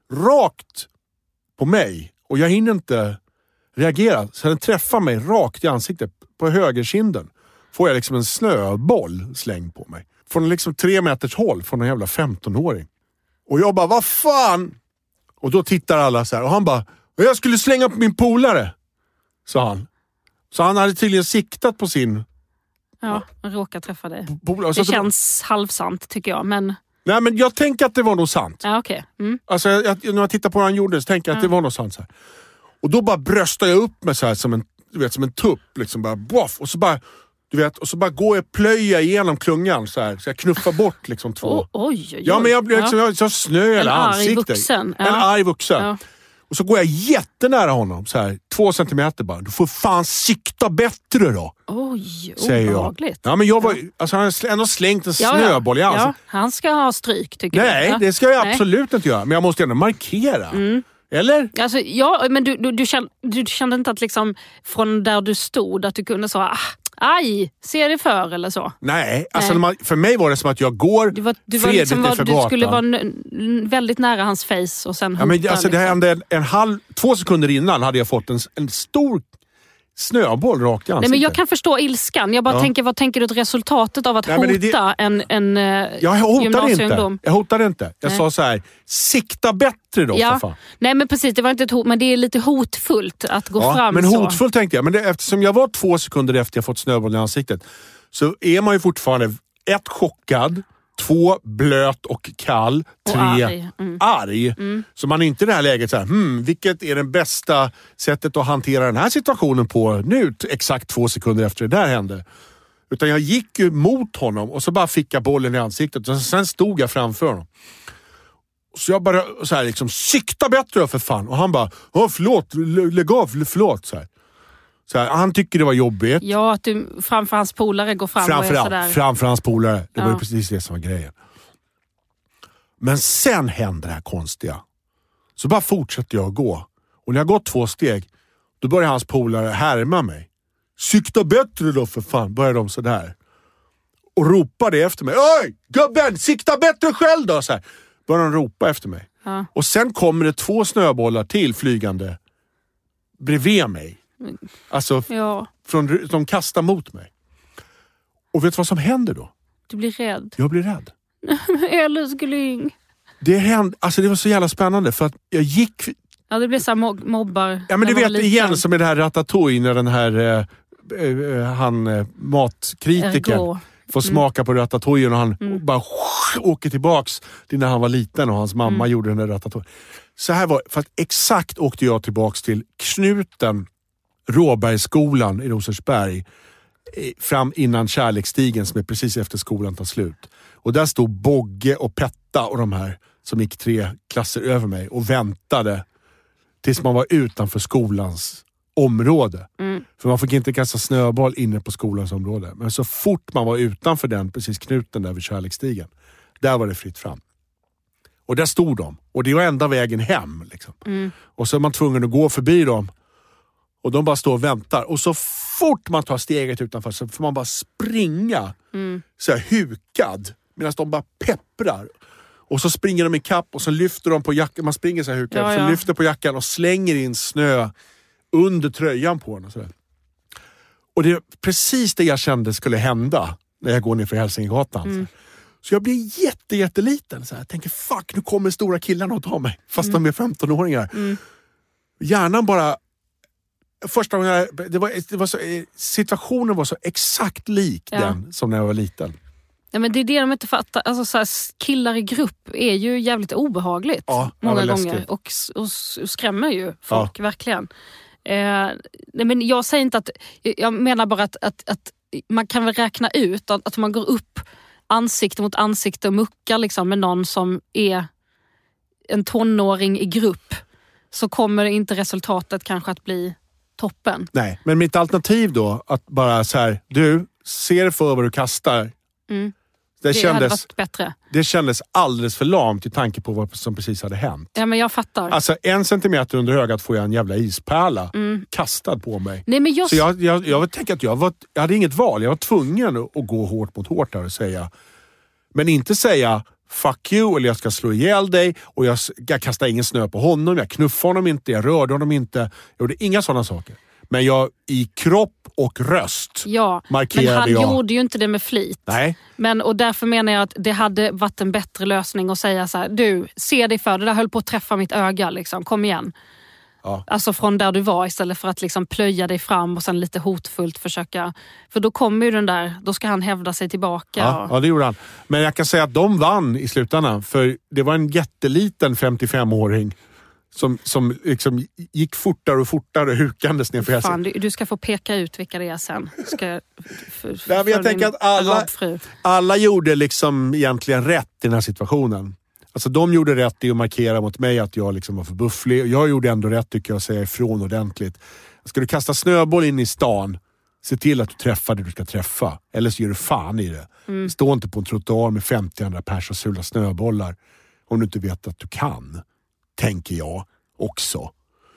rakt på mig och jag hinner inte reagera, så den träffar mig rakt i ansiktet på högerkinden. Får jag liksom en snöboll slängd på mig. Från liksom tre meters håll från en jävla femtonåring. Och jag bara, vad fan? Och då tittar alla så här och han bara, jag skulle slänga på min polare, sa han. Så han hade tydligen siktat på sin... Ja, han råkar träffa dig. Polare. Det känns halvsant tycker jag, men... Nej, men jag tänker att det var nog sant. Ja, okej. Okay. Mm. Alltså, jag, när jag tittar på vad han gjorde så tänker jag att ja. det var nog sant så här. Och då bara bröstar jag upp mig så här som en, du vet, som en tupp liksom bara boff, och så bara du vet, och så bara går jag plöja igenom klungan så här, så jag knuffar bort liksom två. Oh, oj, oj, ja, men jag blir liksom, ja. jag så snö i hela ansiktet. Vuxen. Ja. En arg vuxen. Ja. Och så går jag jättenära honom så här, två centimeter bara. Du får fan sikta bättre då. Oj, obehagligt. Ja, men jag var ja. alltså han har ändå slängt en ja, snöboll i ansiktet. Ja, han ska ha stryk tycker jag. Nej, ja. det ska jag Nej. absolut inte göra, men jag måste ändå markera. Mm. Eller? Alltså, ja, men du, du, du, kände, du kände inte att liksom från där du stod att du kunde säga ah, aj, ser det för eller så? Nej, alltså Nej. Man, för mig var det som att jag går du var, du var fredligt liksom, var, för Du gatan. skulle vara n- väldigt nära hans face och sen ja, men, hota, alltså, det liksom. hände en, en halv, två sekunder innan hade jag fått en, en stor snöboll rakt i ansiktet. Nej, men jag kan förstå ilskan. Jag bara ja. tänker, vad tänker du att resultatet av att Nej, hota det, en, en jag hotade gymnasieungdom? Inte. Jag hotade inte. Jag Nej. sa så här, sikta bättre då ja. för fan. Nej, men precis, det var inte ett hot, men det är lite hotfullt att gå ja, fram men så. hotfullt tänkte jag. Men det, eftersom jag var två sekunder efter jag fått snöboll i ansiktet så är man ju fortfarande ett chockad, två blöt och kall, tre och arg. Mm. arg. Mm. Så man är inte i det här läget så här, hmm, vilket är det bästa sättet att hantera den här situationen på nu, exakt två sekunder efter det där hände. Utan jag gick ju mot honom och så bara fick jag bollen i ansiktet och sen stod jag framför honom. Så jag bara så här liksom, sikta bättre då för fan. Och han bara, åh förlåt, lägg av, förlåt så här. Så här, han tycker det var jobbigt. Ja, att du framför hans polare går fram framför och är sådär. All, framför hans polare. Det ja. var ju precis det som var grejen. Men sen hände det här konstiga. Så bara fortsätter jag att gå. Och när jag gått två steg, då börjar hans polare härma mig. Sikta bättre då för fan, börjar de sådär. Och ropar det efter mig. Oj, gubben, sikta bättre själv då. Så här. Börjar de ropa efter mig. Ja. Och sen kommer det två snöbollar till flygande bredvid mig. Alltså, ja. från, de kastar mot mig. Och vet du vad som händer då? Du blir rädd. Jag blir rädd. Älskling. Det hände, alltså det var så jävla spännande för att jag gick... Ja, det blir så här mobbar. Ja, men du vet igen som i det här Ratatouille när den här eh, eh, han eh, matkritikern får smaka mm. på Ratatouille och han mm. bara åker tillbaks till när han var liten och hans mamma mm. gjorde den där Ratatouille. Så här var, för att exakt åkte jag tillbaks till Knuten, Råbergsskolan i Rosersberg, fram innan Kärleksstigen som är precis efter skolan tar slut. Och där stod Bogge och Petta och de här som gick tre klasser över mig och väntade tills man var utanför skolans område. Mm. För man fick inte kasta snöboll inne på skolans område. Men så fort man var utanför den, precis knuten där vid Kärleksstigen, där var det fritt fram. Och där stod de. Och det var enda vägen hem. Liksom. Mm. Och så är man tvungen att gå förbi dem. Och de bara står och väntar. Och så fort man tar steget utanför så får man bara springa. Mm. Så här hukad. Medan de bara pepprar. Och så springer de i kapp och så lyfter de på jackan. Man springer så här hukad. Ja, så ja. lyfter på jackan och slänger in snö under tröjan på den. Och, så där. Och det är precis det jag kände skulle hända när jag går ner för Hälsingegatan. Mm. Så jag blir jätte, jätteliten. Så här. Jag tänker, fuck, nu kommer stora killarna att ta mig. Fast mm. de är femtonåringar. Mm. Hjärnan bara... Första gången, det var, det var så, situationen var så exakt lik ja. den som när jag var liten. Ja, men det är det de inte fattar. Alltså, så här, killar i grupp är ju jävligt obehagligt ja, många gånger. Och, och skrämmer ju folk, ja. verkligen. Eh, nej, men jag säger inte att... Jag menar bara att, att, att man kan väl räkna ut att, att man går upp ansikte mot ansikte och muckar liksom, med någon som är en tonåring i grupp, så kommer inte resultatet kanske att bli toppen. Nej, men mitt alternativ då, att bara så här, du ser för vad du kastar. Mm. Det, det kändes, hade varit bättre. Det kändes alldeles för lamt i tanke på vad som precis hade hänt. Ja, men jag fattar. Alltså en centimeter under ögat får jag en jävla ispärla mm. kastad på mig. Nej, men jag... Så jag, jag, jag tänker att jag, var, jag hade inget val. Jag var tvungen att, att gå hårt mot hårt där och säga. Men inte säga fuck you eller jag ska slå ihjäl dig och jag, jag kastar ingen snö på honom. Jag knuffade honom inte, jag rörde honom inte. Jag gjorde inga sådana saker. Men jag i kropp och röst ja, markerade jag. Men han jag. gjorde ju inte det med flit. Nej. Men, och därför menar jag att det hade varit en bättre lösning att säga så här: du, se dig för, det där höll på att träffa mitt öga liksom, kom igen. Ja. Alltså från där du var, istället för att liksom plöja dig fram och sen lite hotfullt försöka. För då kommer ju den där, då ska han hävda sig tillbaka. Ja, och... ja, det gjorde han. Men jag kan säga att de vann i slutändan. För det var en jätteliten femtiofemåring som, som liksom gick fortare och fortare hukandes ner för Fan, du, du ska få peka ut vilka det är sen. Ska jag, för, för, Nej, men jag tänker att alla, alla gjorde liksom egentligen rätt i den här situationen. Alltså de gjorde rätt i att markera mot mig att jag liksom var för bufflig. Jag gjorde ändå rätt, tycker jag, att säga ifrån ordentligt. Ska du kasta snöboll in i stan, se till att du träffar det du ska träffa. Eller så gör du fan i det. Mm. Stå inte på en trottoar med femtio andra pers och sula snöbollar om du inte vet att du kan. Tänker jag också.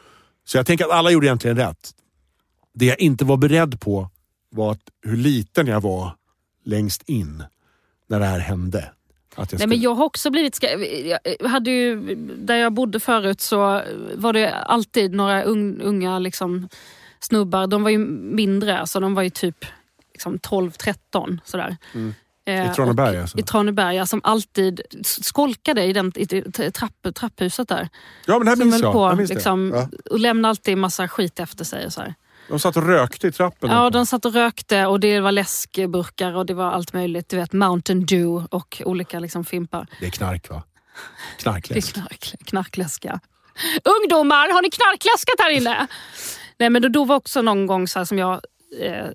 Så jag tänker att alla gjorde egentligen rätt. Det jag inte var beredd på var att hur liten jag var längst in när det här hände. Jag, Nej, men jag har också blivit ska- jag hade ju, där jag bodde förut så var det alltid några un, unga liksom, snubbar. De var ju mindre, så de var ju typ liksom, tolv tretton sådär. Mm. I Traneberg alltså. I Traneberg, som alltid skolkade i, den, i trapp, trapphuset där. Ja, men det här minns jag. På, jag minns liksom, ja. Och lämnade alltid en massa skit efter sig och så här. De satt och rökte i trappen. Ja, de satt och rökte och det var läskburkar och det var allt möjligt. Du vet, Mountain Dew och olika liksom fimpar. Det är knark, va? Knarkläsk. Det är knark, knarkläska. Ungdomar, har ni knarkläskat här inne? Nej, men då, då var också någon gång så här som jag eh,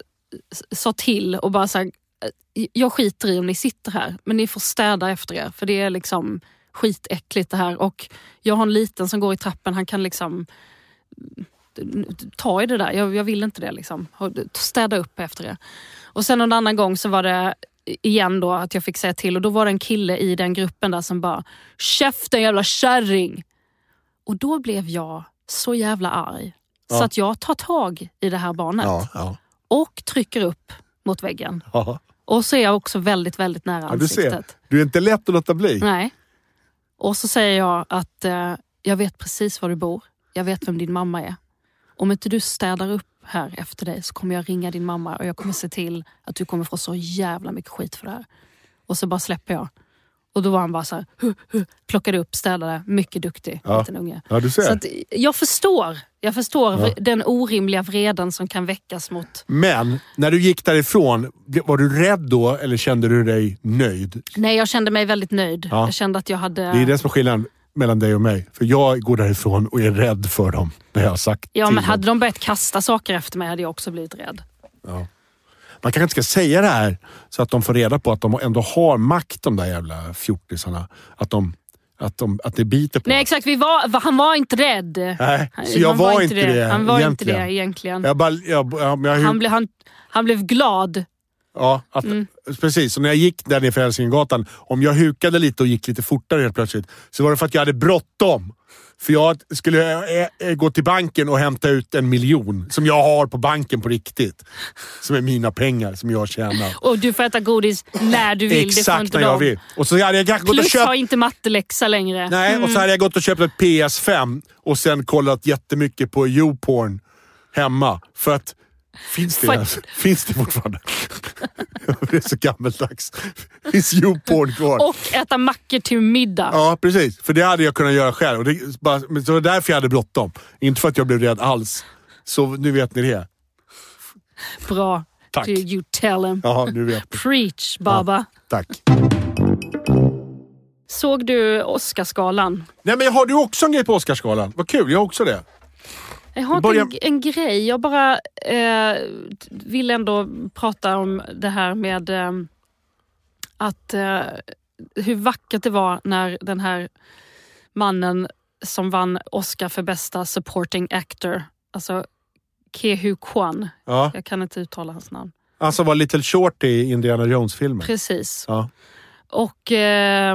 sa till och bara så här, jag skiter i om ni sitter här, men ni får städa efter er, för det är liksom skitäckligt det här. Och jag har en liten som går i trappen, han kan liksom ta i det där, jag, jag vill inte det liksom, städa upp efter er. Och sen en annan gång så var det igen då att jag fick säga till, och då var det en kille i den gruppen där som bara, käften jävla kärring. Och då blev jag så jävla arg ja. så att jag tar tag i det här barnet ja, ja. och trycker upp mot väggen. Ja. Och så är jag också väldigt, väldigt nära ja, ansiktet. Du, ser. Du är inte lätt att låta bli. Nej. Och så säger jag att eh, jag vet precis var du bor. Jag vet vem din mamma är. Om inte du städar upp här efter dig så kommer jag ringa din mamma och jag kommer se till att du kommer få så jävla mycket skit för det här. Och så bara släpper jag. Och då var han bara så här, hu, hu, plockade upp, städade, mycket duktig ja. liten unge. Ja, du ser. Så att jag förstår, jag förstår ja. den orimliga vreden som kan väckas mot... Men, när du gick därifrån, var du rädd då eller kände du dig nöjd? Nej, jag kände mig väldigt nöjd. Ja. Jag kände att jag hade... Det är det som är skillnaden mellan dig och mig. För jag går därifrån och är rädd för dem när jag har sagt Ja, till men hade dem. de börjat kasta saker efter mig hade jag också blivit rädd. Ja. Man kanske inte ska säga det här så att de får reda på att de ändå har makt, de där jävla fjortisarna. Att de, att de, att det biter på. Nej, exakt. Vi var, han var inte rädd. Nej, så jag han var, var inte det. det han var egentligen. inte det egentligen. Jag bara, jag, jag, jag, han, blev, han, han blev glad. Ja, att, mm. precis. Så när jag gick där ner för Hälsingegatan, om jag hukade lite och gick lite fortare helt plötsligt, så var det för att jag hade bråttom. För jag skulle äh, gå till banken och hämta ut en miljon som jag har på banken på riktigt. Som är mina pengar som jag tjänar. Och du får äta godis när du vill. Exakt när jag vill. Och så hade jag kanske gått och köpt... Plus har inte matteläxa längre. Nej, mm. och så hade jag gått och köpt ett P S fem och sen kollat jättemycket på YouPorn hemma. För att Finns det, alltså? Finns det fortfarande? Det är så gammeldags. Finns YouPorn kvar? Och äta mackor till middag. Ja, precis. För det hade jag kunnat göra själv. Och det, bara, men så var det därför jag hade bråttom. Inte för att jag blev rädd alls. Så nu vet ni det. Bra. Tack. Do you tell him. Ja, nu vet jag. Preach, Baba. Ja, tack. Såg du Oscarsgalan? Nej, men har du också en grej på Oscarsgalan? Vad kul, jag har också det. Jag har Börja... inte en, en grej. Jag bara eh, vill ändå prata om det här med eh, att eh, hur vackert det var när den här mannen som vann Oscar för bästa supporting actor, alltså Ke Huy Quan. Ja. Jag kan inte uttala hans namn. Alltså var Little Short i Indiana Jones-filmen. Precis. Ja. Och eh,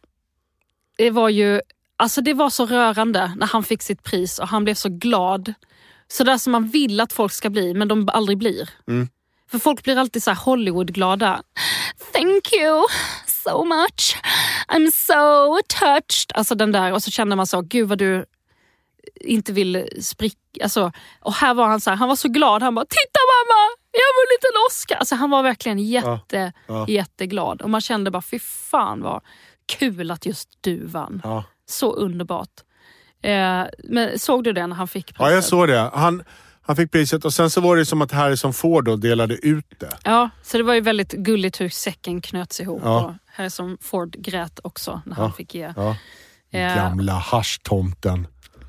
det var ju Alltså det var så rörande när han fick sitt pris och han blev så glad. Så där som man vill att folk ska bli, men de aldrig blir. Mm. För folk blir alltid så här Hollywood-glada. Thank you so much. I'm so touched. Alltså den där, och så känner man så, gud vad du inte vill spricka. Alltså, och här var han så här, han var så glad. Han bara, titta mamma, jag har vunnit en Oscar. Alltså han var verkligen jätte, ja, ja. jätteglad. Och man kände bara, fy fan vad kul att just du vann. Ja. Så underbart. Eh, men såg du det när han fick priset? Ja, jag såg det. Han, han fick priset och sen så var det som att Harrison Ford då delade ut det. Ja, så det var ju väldigt gulligt hur säcken knöts ihop. Ja. Och Harrison Ford grät också när ja. han fick ge. Ja. Eh, Gamla haschtomten.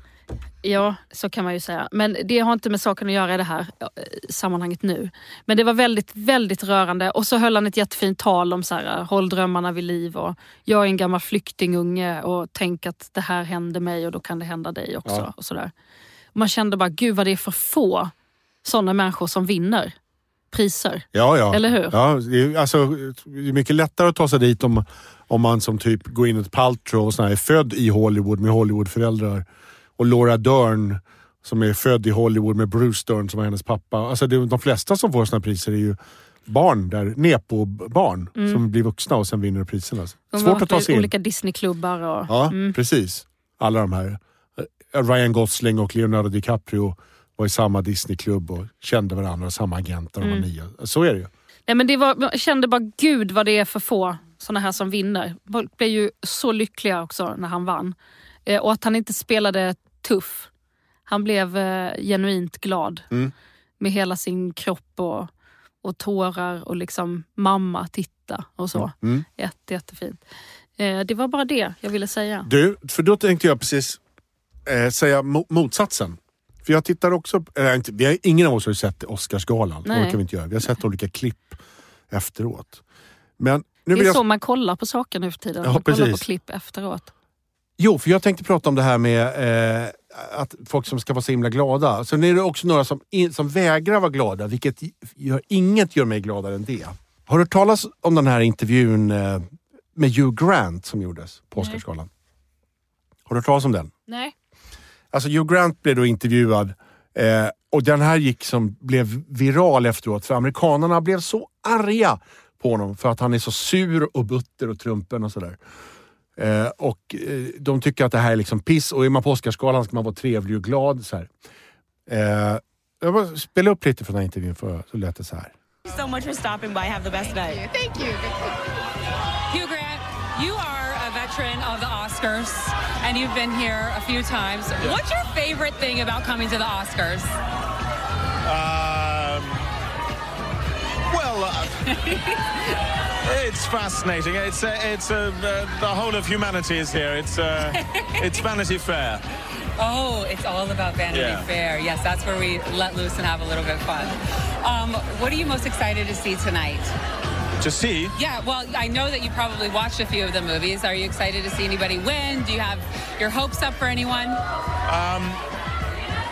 Ja, så kan man ju säga. Men det har inte med saken att göra i det här sammanhanget nu. Men det var väldigt, väldigt rörande. Och så höll han ett jättefint tal om så här, håll drömmarna vid liv. Och jag är en gammal flyktingunge och tänk att det här hände mig och då kan det hända dig också. Ja. Och så där. Och man kände bara, gud vad det är för få sådana människor som vinner priser. Ja, ja. Eller hur? Ja, det är, alltså, det är mycket lättare att ta sig dit om, om man som typ går in i ett Paltrow och sån här, är född i Hollywood med Hollywoodföräldrar. Och Laura Dern som är född i Hollywood med Bruce Dern som är hennes pappa. Alltså det, de flesta som får såna priser är ju barn där, Nepo-barn mm. som blir vuxna och sen vinner priserna. Svårt att ta sig in. Olika Disney-klubbar och... Ja, mm. precis. Alla de här. Ryan Gosling och Leonardo DiCaprio var i samma Disney-klubb och kände varandra, samma agenter, de var mm. nya. Så är det ju. Nej, men det var, jag kände bara, gud vad det är för få såna här som vinner. Folk blev ju så lyckliga också när han vann. Eh, och att han inte spelade tuff. Han blev eh, genuint glad. Mm. Med hela sin kropp och, och tårar och liksom mamma titta och så. Mm. Jätte, jättefint. Eh, det var bara det jag ville säga. Du, för då tänkte jag precis eh, säga mo- motsatsen. För jag tittar också, äh, inte, vi har, ingen av oss har ju sett Oscarsgalan. Det kan vi inte göra. Vi har sett olika klipp efteråt. Men nu det är jag... så man kollar på saker nu för tiden. Ja, man precis. kollar på klipp efteråt. Jo, för jag tänkte prata om det här med eh, att folk som ska vara så himla glada. Sen är det också några som, in, som vägrar vara glada, vilket gör, inget gör mig gladare än det. Har du talat om den här intervjun eh, med Hugh Grant som gjordes på Oscarsgalan? Har du talat om den? Nej. Alltså Hugh Grant blev då intervjuad eh, och den här gick som blev viral efteråt för amerikanerna blev så arga på honom för att han är så sur och butter och trumpen och sådär. Eh, och eh, de tycker att det här är liksom piss och är man på Oscarsgalan ska man vara trevlig och glad så här. Eh, jag bara spela upp lite från den här intervjun för så lät det så här. Thank you so much for stopping by. Have the best night. Thank you. Hugh Grant, you are a veteran of the Oscars and you've been here a few times. Yeah. What's your favorite thing about coming to the Oscars? Um, well, uh, it's fascinating. It's uh, it's uh, the, the whole of humanity is here. It's uh, it's Vanity Fair. Oh, it's all about Vanity yeah. Fair. Yes, that's where we let loose and have a little bit of fun. Um, what are you most excited to see tonight? To see? Yeah, well, I know that you probably watched a few of the movies. Are you excited to see anybody win? Do you have your hopes up for anyone? Um,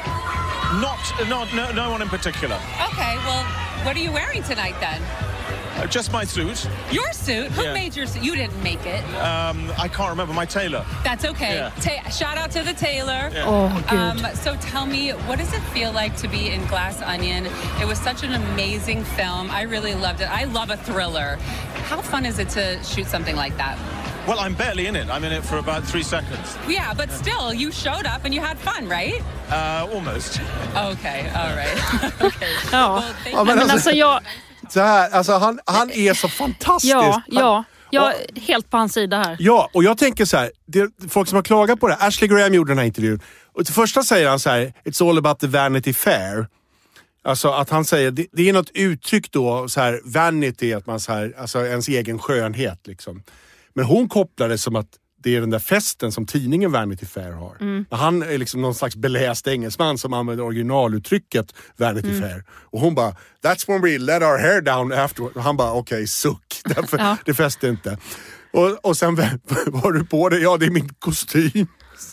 not, not, no, no one in particular. Okay, well, what are you wearing tonight then? Uh, just my suit. Your suit? Who Yeah. made your suit? You didn't make it. Um, I can't remember my tailor. That's okay. Yeah. Ta- shout out to the tailor. Åh, gud. Um, so tell me, what does it feel like to be in Glass Onion? It was such an amazing film. I really loved it. I love a thriller. How fun is it to shoot something like that? Well, I'm barely in it. I'm in it for about three seconds. Yeah, but still, you showed up and you had fun, right? Uh, almost. Okay, all right. Okay. Ja. Well, thank Ja, you. men Men alltså jag... Så här, alltså han, han är så fantastisk. Ja, ja. Han, Jag är helt på hans sida här. ja, och jag tänker så här, det är folk som har klagat på det. Ashley Graham gjorde den här intervjun. Och till första säger han så här, it's all about the Vanity Fair. Alltså att han säger, det, det är något uttryck då, så här, vanity, att man så här, alltså ens egen skönhet liksom. Men hon kopplar det som att det är den där festen som tidningen Vanity Fair har. Mm. Han är liksom någon slags beläst engelsman som använder originaluttrycket Vanity mm. Fair. Och hon bara, that's when we let our hair down afterward. Och han bara, okej, okay, suck. Därför, ja. Det fäster inte. Och, och sen, vad har du på det? Ja, det är min kostym.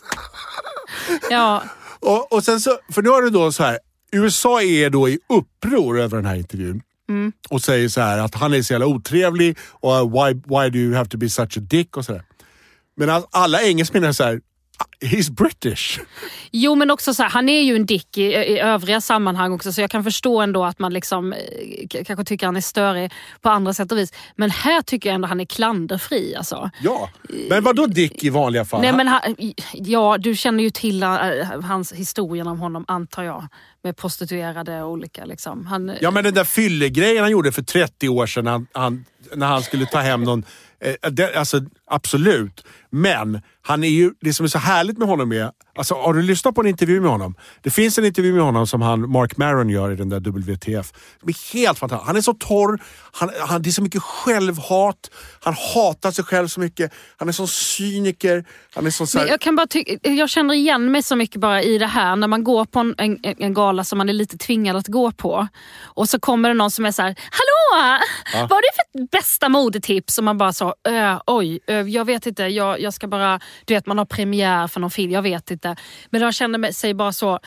Ja. och, och sen så, för nu har du då så här, U S A är då i uppror över den här intervjun. Mm. Och säger så här att han är så jävla otrevlig och why, why do you have to be such a dick och sådär. Men alla engelsmän är så här, he's British. Jo, men också så här, han är ju en dick i, i övriga sammanhang också, så jag kan förstå ändå att man liksom k- kanske tycker han är större på andra sätt och vis. Men här tycker jag ändå han är klanderfri alltså. Ja, men vad då dick i vanliga fall? Nej, men han, ja, du känner ju till uh, hans historien om honom, antar jag, med prostituerade och olika liksom. Han, ja, men den där fyllegrejen han gjorde för trettio år sedan när han, han, när han skulle ta hem någon, eh, det, alltså absolut. Men han är ju, det som är så härligt med honom är, alltså har du lyssnat på en intervju med honom? Det finns en intervju med honom som han, Mark Maron gör i den där W T F. Det är helt fantastiskt. Han är så torr, han, han, det är så mycket självhat, han hatar sig själv så mycket, han är så cyniker, han är så, så här... jag kan bara tycka, jag känner igen mig så mycket bara i det här, när man går på en, en, en gala som man är lite tvingad att gå på, och så kommer det någon som är så här, hallå, ja. Vad är det för bästa modetips? Och man bara så, äh, oj, äh, jag vet inte, jag, jag ska bara, du vet, man har premiär för någon film, jag vet inte. Men jag känner sig bara så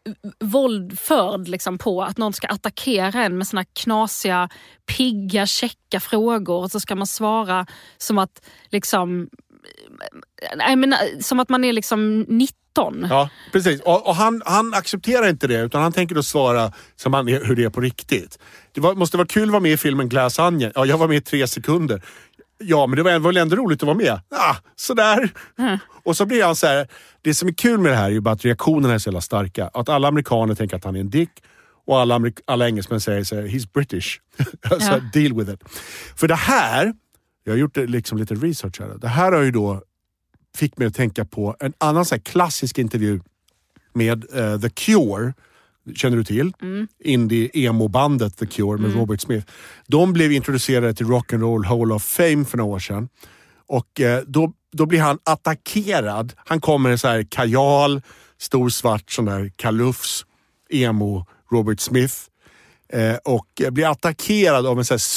våldförd liksom på att någon ska attackera en med såna knasiga, pigga, checka frågor, och så ska man svara som att liksom, jag menar, som att man är liksom nitton. Ja, precis. Och, och han, han accepterar inte det, utan han tänker då svara som han är, hur det är på riktigt. Det var, måste vara kul att vara med i filmen Glass Onion. Ja, jag var med i tre sekunder. Ja, men det var, var väl ändå roligt att vara med. Ah, sådär. Mm. Och så blir han så här, det som är kul med det här är ju bara att reaktionerna är så jävla starka. Att alla amerikaner tänker att han är en dick, och alla, amerik- alla engelsmän säger så här, he's British. Så ja. Deal with it. För det här, jag har gjort det liksom lite research här. Det här har ju då fick mig att tänka på en annan så här klassisk intervju med uh, The Cure. Känner du till? Mm. Indie-emo-bandet The Cure med mm. Robert Smith. De blev introducerade till Rock and Roll Hall of Fame för några år sedan. Och eh, då, då blir han attackerad. Han kommer en så här kajal, stor svart sån där kalufs, emo Robert Smith. Eh, och blir attackerad av en så här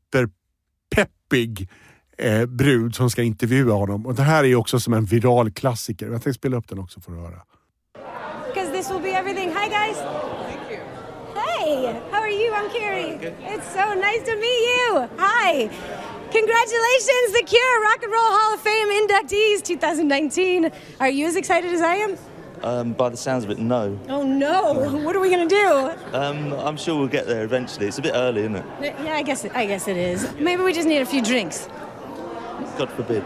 superpeppig eh, brud som ska intervjua honom. Och det här är också som en viral klassiker. Jag tänkte spela upp den också för att höra. Because this will be everything. Hi guys. Thank you. Hey, how are you? I'm Carrie. It's so nice to meet you. Hi. Congratulations, The Cure Rock and Roll Hall of Fame inductees twenty nineteen. Are you as excited as I am? Um, by the sounds of it, no. Oh no! What are we gonna do? Um, I'm sure we'll get there eventually. It's a bit early, isn't it? Yeah, I guess it, I guess it is. Maybe we just need a few drinks. God forbid.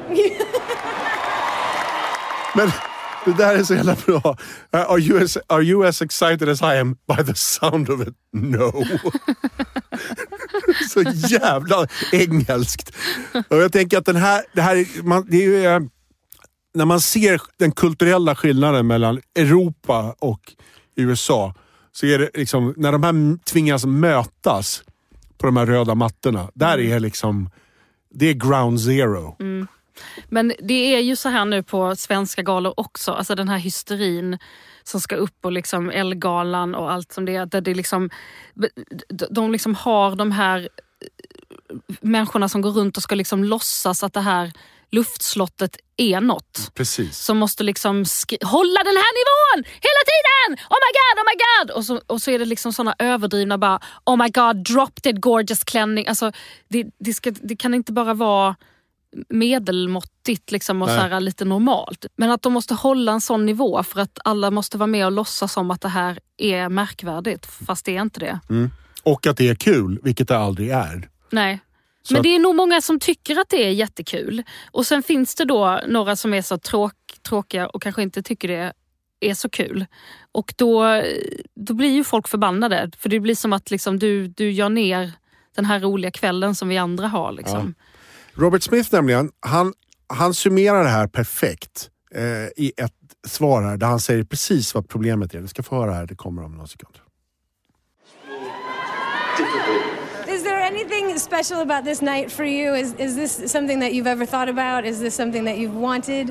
Men det där är så jävla bra. Uh, are, you as, are you as excited as I am by the sound of it? No. Så jävla engelskt. Och jag tänker att den här, det här är, man, det är ju, eh, när man ser den kulturella skillnaden mellan Europa och U S A, så är det liksom, när de här tvingas mötas på de här röda mattorna, där är liksom, det är ground zero. Mm. Men det är ju så här nu på svenska galor också, alltså den här hysterin som ska upp, och liksom Ellegalan och allt som det är, där det liksom, de liksom har de här människorna som går runt och ska liksom låtsas att det här luftslottet är något. Precis. Som måste liksom skri- hålla den här nivån hela tiden. Oh my god, oh my god. Och så, och så är det liksom såna överdrivna bara, oh my god, drop dead gorgeous klänning. Alltså det, det, ska, det kan inte bara vara medelmåttigt liksom och så här, lite normalt. Men att de måste hålla en sån nivå för att alla måste vara med och låtsas som att det här är märkvärdigt. Fast det är inte det. Mm. Och att det är kul, vilket det aldrig är. Nej. Så Men att... det är nog många som tycker att det är jättekul. Och sen finns det då några som är så tråk, tråkiga och kanske inte tycker det är så kul. Och då, då blir ju folk förbannade. För det blir som att liksom, du, du gör ner den här roliga kvällen som vi andra har. Liksom. Ja. Robert Smith nämligen, han, han summerar det här perfekt eh, i ett svar här där han säger precis vad problemet är. Du ska få höra här, det kommer om några sekunder. Is there anything special about this night for you? Is is this something that you've ever thought about? Is this something that you've wanted?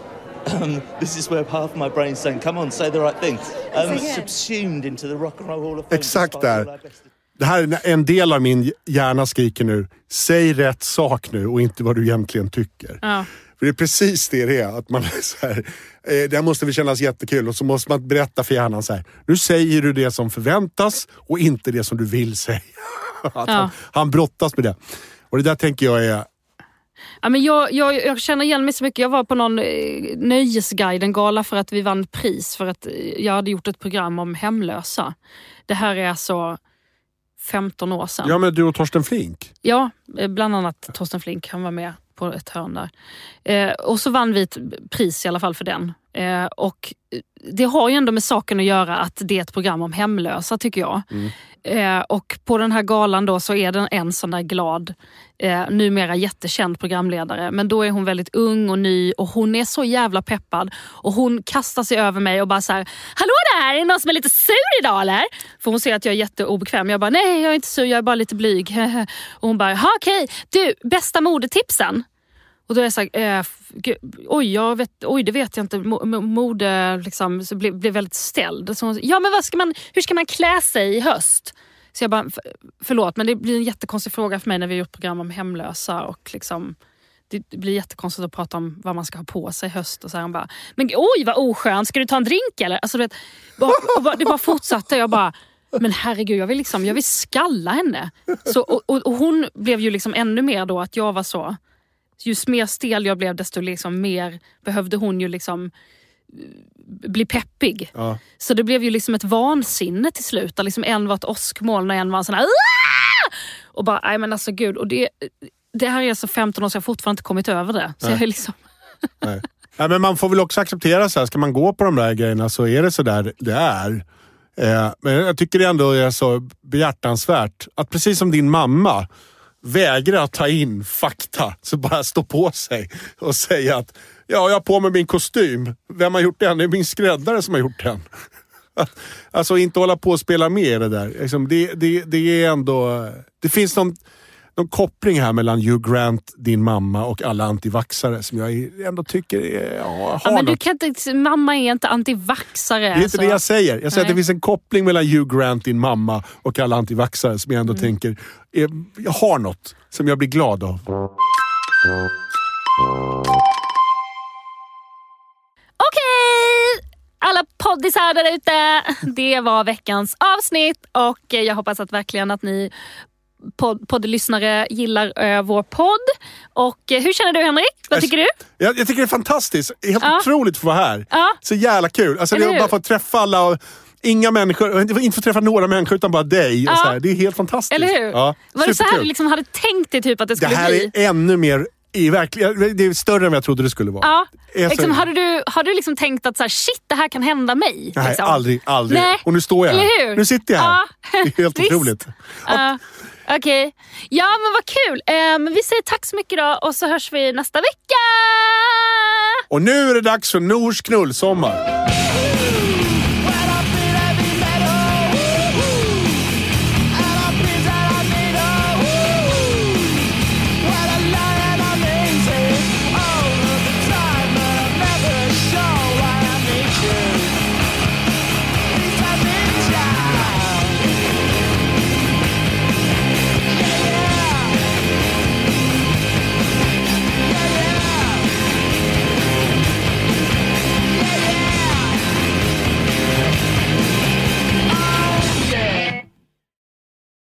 Um, this is where half my brain's saying, come on, say the right thing. Um, Say it. subsumed into the Rock and Roll Hall of Fame. Exakt där. Det här är en del av min hjärna skriker nu. Säg rätt sak nu och inte vad du egentligen tycker. Ja. För det är precis det det är. Att man är så här, eh, det måste väl kännas jättekul. Och så måste man berätta för hjärnan så här. Nu säger du det som förväntas och inte det som du vill säga. Att Ja. han, han brottas med det. Och det där tänker jag är... Ja, men jag, jag, jag känner igen mig så mycket. Jag var på någon eh, Nöjesguiden-gala för att vi vann pris. För att jag hade gjort ett program om hemlösa. Det här är alltså femton år sedan. Ja, men du och Torsten Flink. Ja, bland annat Torsten Flink, han var med på ett hörn där. Eh, och så vann vi ett pris i alla fall för den. Eh, och det har ju ändå med saken att göra att det är ett program om hemlösa, tycker jag. Mm. Eh, och på den här galan då så är det en sån där glad, eh, numera jättekänd programledare. Men då är hon väldigt ung och ny och hon är så jävla peppad. Och hon kastar sig över mig och bara så här: hallå där, är det någon som är lite sur idag eller? För hon ser att jag är jätteobekväm. Jag bara, nej jag är inte sur, jag är bara lite blyg. Och hon bara, okej, du, bästa modetipsen. Och då är jag så här, eh, gud, oj, jag vet, oj, det vet jag inte. Mode liksom, så blev, blev väldigt ställd. Så hon, ja, men vad ska man, hur ska man klä sig i höst? Så jag bara, för, förlåt, men det blir en jättekonstig fråga för mig när vi har gjort program om hemlösa. Och liksom, det blir jättekonstigt att prata om vad man ska ha på sig i höst. Och så här, han bara, men oj, vad oskönt, ska du ta en drink eller? Alltså, du vet, bara, och bara, det bara fortsatte, jag bara... Men herregud, jag vill liksom, jag vill skalla henne. Så, och, och, och hon blev ju liksom ännu mer då att jag var så... Ju mer stel jag blev, desto liksom mer behövde hon ju liksom bli peppig. Ja. Så det blev ju liksom ett vansinne till slut. Där liksom en var ett åskmoln och en var en sån här... Aah! Och bara, nej men alltså gud. Och det, det här är alltså femton år så jag har fortfarande inte kommit över det. Så nej. jag är liksom... nej. Nej, men man får väl också acceptera så här. Ska man gå på de där grejerna så är det så där det är. Eh, men jag tycker det ändå är så behjärtansvärt att precis som din mamma vägra ta in fakta, så bara stå på sig och säga att ja, jag har på mig min kostym. Vem har gjort den? Det är min skräddare som har gjort den. Alltså inte hålla på och spela med i det där. Det, det, det är ändå... Det finns någon, någon koppling här mellan Hugh Grant, din mamma och alla antivaxare som jag ändå tycker är, ja, har ja, men du något. kan inte, mamma är inte antivaxare. Det är inte alltså. det jag säger. Jag säger Nej. att det finns en koppling mellan Hugh Grant, din mamma och alla antivaxare som jag ändå Mm. tänker, är, jag har något som jag blir glad av. Okej, alla poddisar där ute. Det var veckans avsnitt och jag hoppas att verkligen att ni podd, poddlyssnare gillar uh, vår podd. Och uh, hur känner du, Henrik? Vad tycker du? Jag, jag tycker det är fantastiskt. Helt Ja. otroligt att få vara här. Ja. Så jävla kul. Alltså det Eller är hur? bara få träffa alla och inga människor, inte få träffa några människor utan bara dig. Och Ja. så här. Det är helt fantastiskt. Eller hur? Ja, Var det så här superkul. du liksom hade tänkt dig typ att det Det skulle här bli? är ännu mer i verkligen, det är större än vad jag trodde det skulle vara. Ja. Det är så- Liksom, hade du, har du liksom tänkt att så här, shit, det här kan hända mig? Nej, liksom? aldrig, aldrig. Nej. Och nu står jag här. Eller hur? Nu sitter jag här. Ja. Det är helt Visst. otroligt. Ja. Okej. Okay. Ja, men vad kul. Um, vi säger tack så mycket då och så hörs vi nästa vecka. Och nu är det dags för Nors knullsommar.